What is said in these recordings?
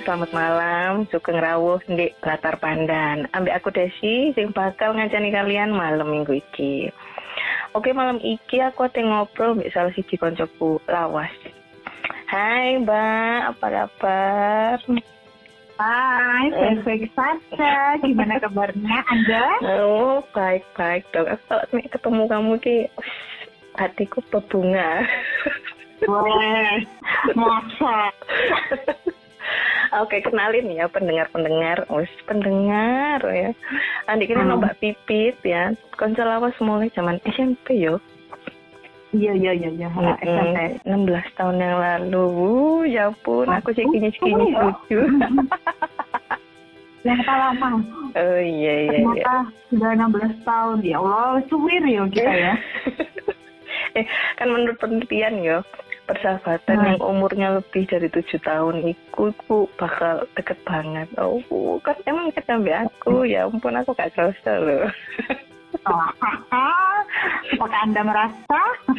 selamat malam, sugeng rawuh ndek latar pandan. Ambek aku Desi sing bakal ngancani kalian malam minggu iki. Oke, malam iki aku ate ngobrol mbek salah siji koncoku lawas. Hai Mbak, apa kabar? Hai, baik-baik saja. Gimana kabarnya Anda? Oh, baik-baik dong. Aku kalau ketemu kamu ki hatiku berbunga. Boleh, masa. Oke, kenalin ya pendengar ya. Andi kita Mbak Pipit ya. Konco lawas mulai zaman SMP yo. Iya. SMP 16 tahun yang lalu. Ya ampun, aku segini lucu. Ternyata lama. Oh iya. Ternyata sudah 16 tahun. Ya Allah, suwir ya kita ya. Kan menurut penelitian yo, persahabatan yang umurnya lebih dari 7 tahun itu bakal deket banget. Oh, kan emang deket sampai aku. Ya ampun, aku gak kerasa loh. Apakah Anda merasa?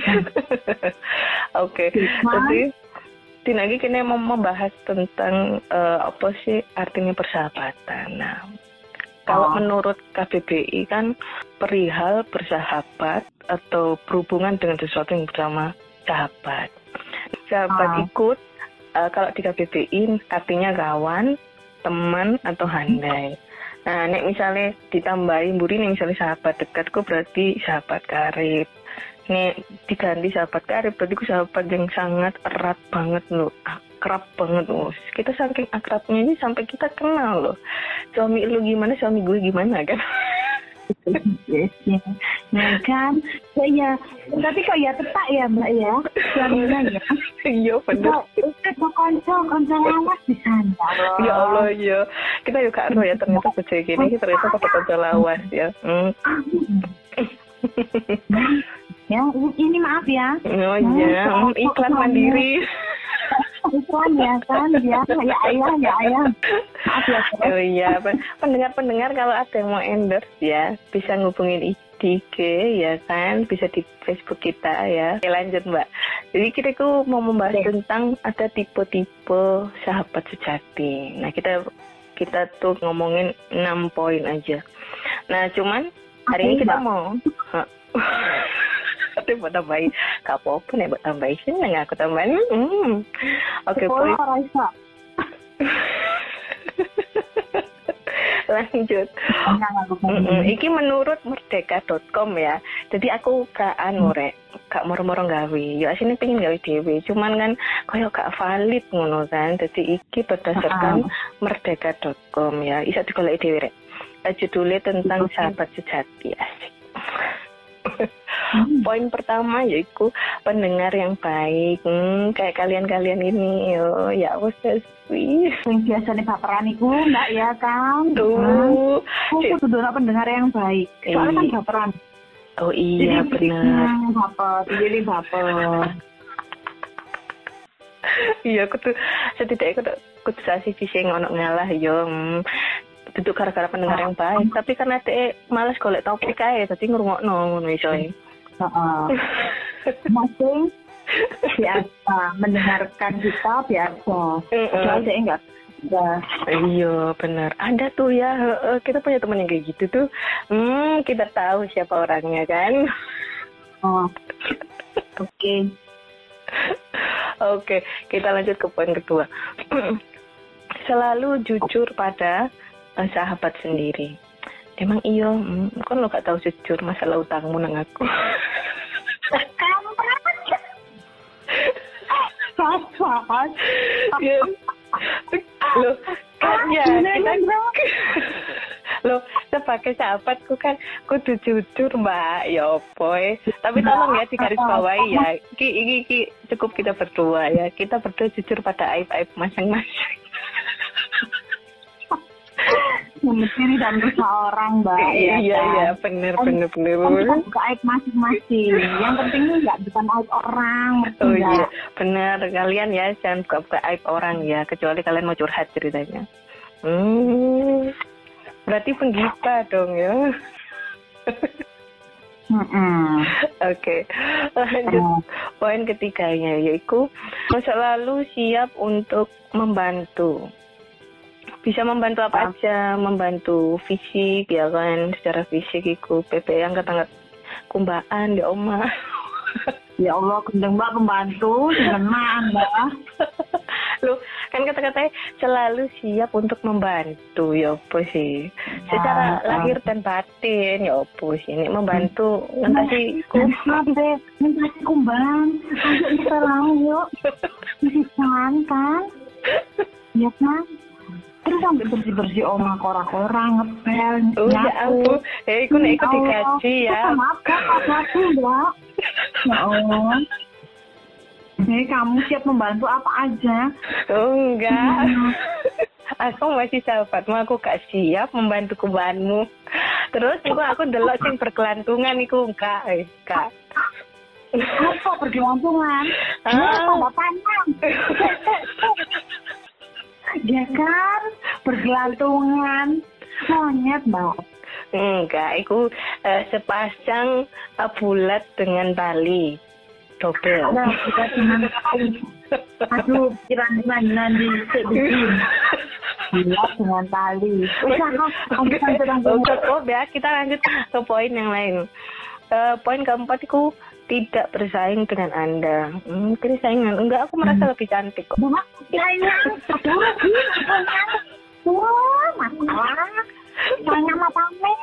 Oke. Jadi Dinagi kini mau membahas tentang apa sih artinya persahabatan. Nah, kalau menurut KBBI kan perihal bersahabat atau berhubungan dengan sesuatu yang bersama sahabat. Sahabat ikut kalau di KBBI artinya kawan, teman atau handai. Nah, nek misalnya ditambahin mburi nih misalnya sahabat dekatku berarti sahabat karib. Nek diganti sahabat karib berarti ku sahabat yang sangat erat banget loh, akrab banget loh. Kita saking akrabnya ini sampai kita kenal loh. Suami lu gimana, suami gue gimana kan? Yes. Nah kan, ya. Tapi kok ya tepak ya Mbak ya, suaminya ya. Iya bener. Kita konco lawas di sana. Ya Allah ya. Kita juga roh ya ternyata bojo gini ternyata pakai konco lawas ya. Ya, ini maaf ya. Oh iya, iklan mandiri. Iklan ya kan, ya ayah. Maaf ya. Oh iya, pendengar kalau ada yang mau endorse ya, bisa ngubungin IG ya kan, bisa di Facebook kita ya. Oke, lanjut Mbak. Jadi kita mau membahas tentang ada tipe-tipe sahabat sejati. Nah, kita tuh ngomongin 6 poin aja. Nah, cuman hari ini kita mau tapi buat tambahin gak apa-apa nih buat tambahin sini aku tambahin oke poin lanjut. Iki menurut merdeka.com ya. Jadi aku gak gak moro-moro gawe. Ya asine pengen gawe dhewe, cuman kan koyo gak valid ngono kan. Jadi iki berdasarkan merdeka.com ya. Isa digoleki dhewe rek. Judulnya tentang sahabat sejati. Asik. Poin pertama yaitu pendengar yang baik. Kayak kalian ini yo, ya wes sih. Yang biasanya baperan iku Mbak ya kan. Tuh. Aku kudu pendengar yang baik. Soalnya kan baperan. Oh iya benar. Baper. Iya, aku tuh setidaknya aku tuh sasi sing ono ngalah yo. Duduk gara-gara pendengar yang baik, tapi karena malas golek topik ae, dadi ngrungokno ngono iso. Masing biasa mendengarkan kita biasa. Soalnya saya enggak. Iya benar. Ada tuh ya, kita punya teman yang kayak gitu tuh. Kita tahu siapa orangnya kan. Oke, kita lanjut ke poin kedua. Selalu jujur pada sahabat sendiri. Emang iyo, kan lo gak tahu jujur masalah utangmu nang aku. Lo kan ya lo sebagai sahabatku kan kudu jujur Mbak ya boy. Tapi tolong ya digarisbawahi ya. Iki cukup kita berdua ya. Kita berdua jujur pada aib-aib masing-masing. Mencuri dan berusaha orang Mbak. Iya benar. Kan buka aib masing-masing. Yang penting nggak bukan aib orang. Oh iya benar, kalian ya jangan buka aib orang ya, kecuali kalian mau curhat ceritanya. Berarti penggibah dong ya. Oke, lanjut poin ketiganya yaitu selalu siap untuk membantu. Bisa membantu apa aja, membantu fisik ya kan, secara fisik iku PPE angkat-angkat kumbaan di oma. Ya Allah, gendeng Mbak pembantu, senang Mbak. Lu kan kata-katanya selalu siap untuk membantu ya apa sih? Secara lahir dan batin ya apa sih? Ini membantu ngentasi ngentasi kumbang. Ayo kita lalu yuk. Bisa kan? Ya kan? Terus sampai bersih-bersih oma kora-kora ngepel. Oh ya ampun, iku nek iku digaji ya. Maaf aku Mbak. Ya Allah. Jadi kamu siap membantu apa aja? Oh enggak. Aku masih sahabatmu, aku gak siap membantu kubanmu. Terus aku ndelok sing berkelantungan iku enggak. Apa berkelantungan? Apa panjang? Ya kan, bergelantungan monyet Mbak. Enggak, itu sepasang bulat dengan tali double. Nah, kita dengan tali. Aduh, kira-kira di bikin bulat dengan tali. Kita lanjut ke poin yang lain. Poin keempat itu tidak bersaing dengan Anda. Mungkin saingan. Enggak, aku merasa lebih cantik kok. Saingan? Wah, masalah. Saingan apa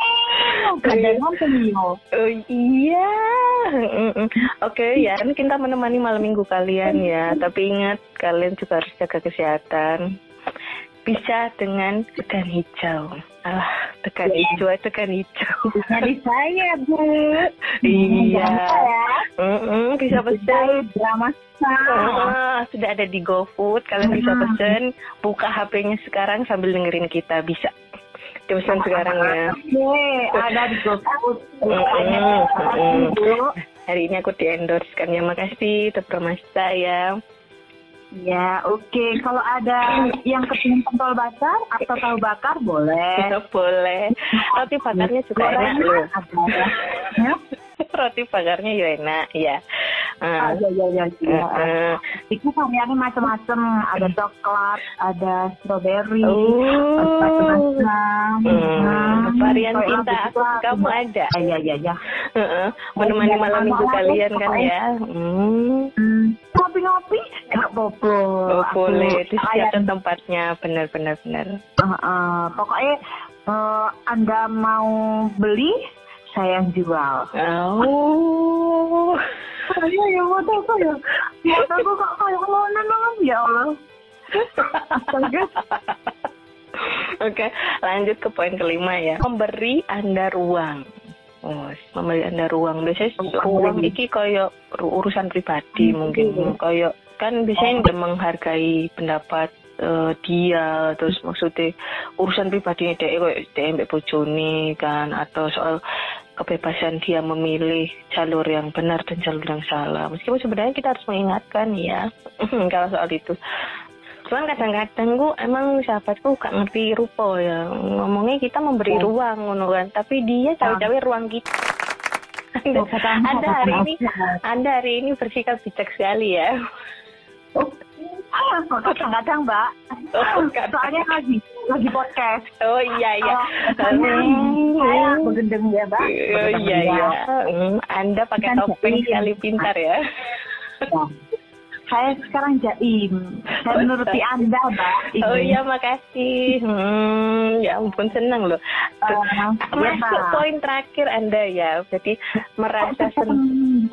men? Oh iya. Oke ya, kita menemani malam minggu kalian ya. Tapi ingat, kalian juga harus jaga kesehatan. Bisa dengan tekan hijau. Tekan hijau. Dari saya, Bu. Iya. Bisa pesan. Drama sudah ada di GoFood. Kalian bisa pesan. Buka HP-nya sekarang sambil dengerin kita. Bisa. Dipesan sekarang ya. Ada di GoFood. Hari ini aku di-endorse-kan ya. Makasih Tepromasta ya. Ya, oke. Kalau ada yang kepingin pentol bakar atau tahu bakar, boleh. Boleh. Roti bakarnya juga enak loh. Ya? Roti bakarnya juga enak, ya. Iya. Itu variannya macam-macam. Ada coklat, ada strawberry, macam-macam. Varian cinta aku kamu ada. Iya. Menemani malam minggu kalian kan ya. Ngopi-ngopi nggak boleh. Itu ada tempatnya, benar. Pokoknya Anda mau beli, saya yang jual. Oh. Ya mataku ya. Mataku kok kayak lonen banget ya Allah. Oke, lanjut ke poin kelima ya. Memberi Anda ruang. Memberi Anda ruang. Biasanya ruang iki kayak urusan pribadi mungkin. Kayak kan biasanya udah menghargai pendapat dia, terus maksudnya urusan pribadinya dia kayak mbak bojone kan, atau soal kebebasan dia memilih jalur yang benar dan jalur yang salah. Meskipun sebenarnya kita harus mengingatkan ya kalau soal itu. Cuman kadang-kadang emang sahabatku gak ngerti rupa ya. Ngomongnya kita memberi ruang ngono kan, tapi dia cawe-cawe ruang kita. Anda hari ini bersikap bijak sekali ya. Kadang-kadang Mbak. Soalnya lagi podcast. Oh iya. Saya begendeng ya Mbak. Oh iya. Anda pakai topeng sekali, pintar ya. Saya sekarang jaim. Saya menuruti Anda, Mbak. Oh iya, makasih. Ya ampun, senang loh. Masuk poin terakhir Anda ya. Jadi merasa senang.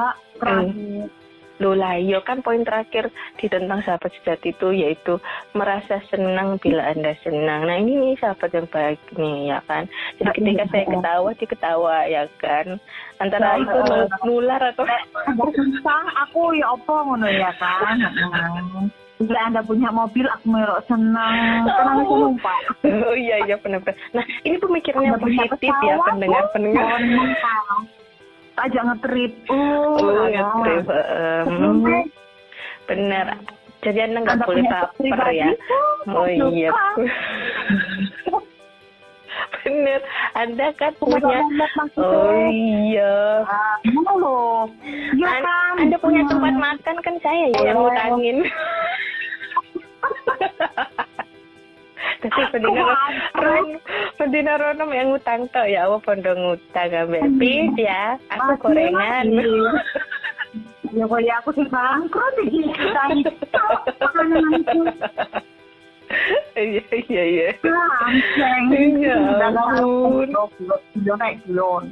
Lola, yo kan poin terakhir di tentang sahabat sejati itu yaitu merasa senang bila Anda senang. Nah ini nih sahabat yang baik nih ya kan. Jadi ketika saya ketawa, dia ketawa ya kan. Antara itu nular atau susah aku ya apa ngono ya kan. Bila Anda punya mobil, aku merok senang. Tenang aku numpak. Oh iya benar. Nah ini pemikirannya positif ya pendengar. Aja ngetrip. Ngetrip. Bener. Jadi Anda nggak boleh baper ya. Oh iya. Bener. Anda kan punya. Oh iya. Anda punya tempat makan kan saya ya yang ngutangin. Tapi pendina rono yang ngutang tok ya apa pondo ngutang ambek bis ya. Aku gorengan. Ya kok ya aku sih bangkrut iki utang itu. Iya. Langsung. Ya ampun. Belum.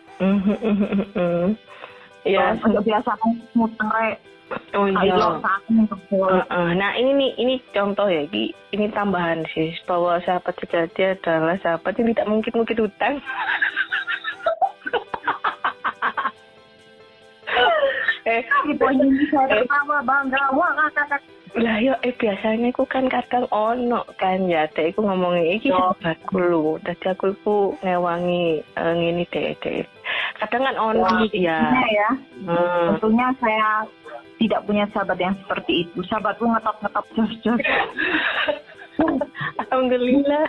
Ya, Udah biasa ngutang rek. oh iya. Iya. Nah ini contoh ya, ini tambahan sih bahwa sahabat sejati adalah sahabat yang tidak mungkin utang. Gitu ini saya ketawa bangga wah kakak. Lah yo biasanya aku kan kadang ono kan ya dek aku ngomongin iki sahabatku lho. Dadi aku iku ngewangi ngene dek. Kadang kan ono ya. Tentunya saya tidak punya sahabat yang seperti itu. Sahabatku ngetop jos. Alhamdulillah.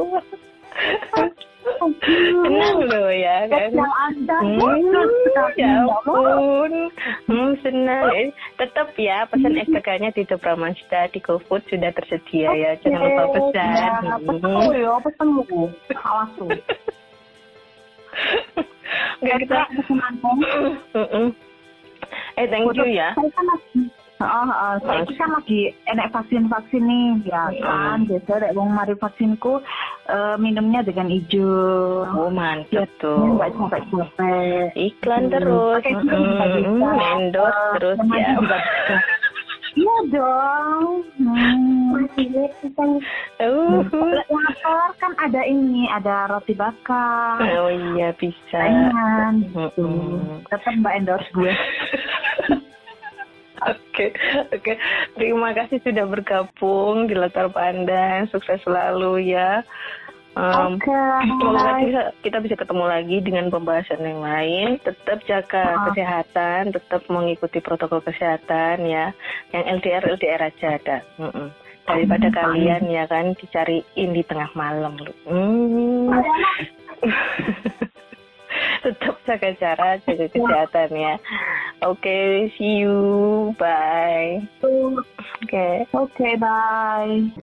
Senang loh ya kan. Yang Anda ya ampun. Senang. Tetap ya pesan SPK-nya di Dobra Mazda di GoFood sudah tersedia ya. Jangan lupa pesan. Betul ya, pesan lu. Awas tuh. Enggak kita thank you ya. Saya kan lagi enak vaksin nih ya kan. Biasa wong mari vaksinku minumnya dengan hijau. Oh mantap tuh. Enggak capek. Iklan terus. Endorse terus ya. Iya dong. Lapar kan ada ini, ada roti bakar. Oh iya bisa. Tetap Mbak endorse gue. Oke. Terima kasih sudah bergabung di Latar Pandang. Sukses selalu ya. Semoga kita bisa ketemu lagi dengan pembahasan yang lain. Tetap jaga kesehatan, tetap mengikuti protokol kesehatan ya. Yang LDR aja ada. Daripada kalian ya kan dicariin di tengah malam lu. Tetap jaga jarak, jaga kesehatan ya. Oke, see you. Bye. Oke, bye.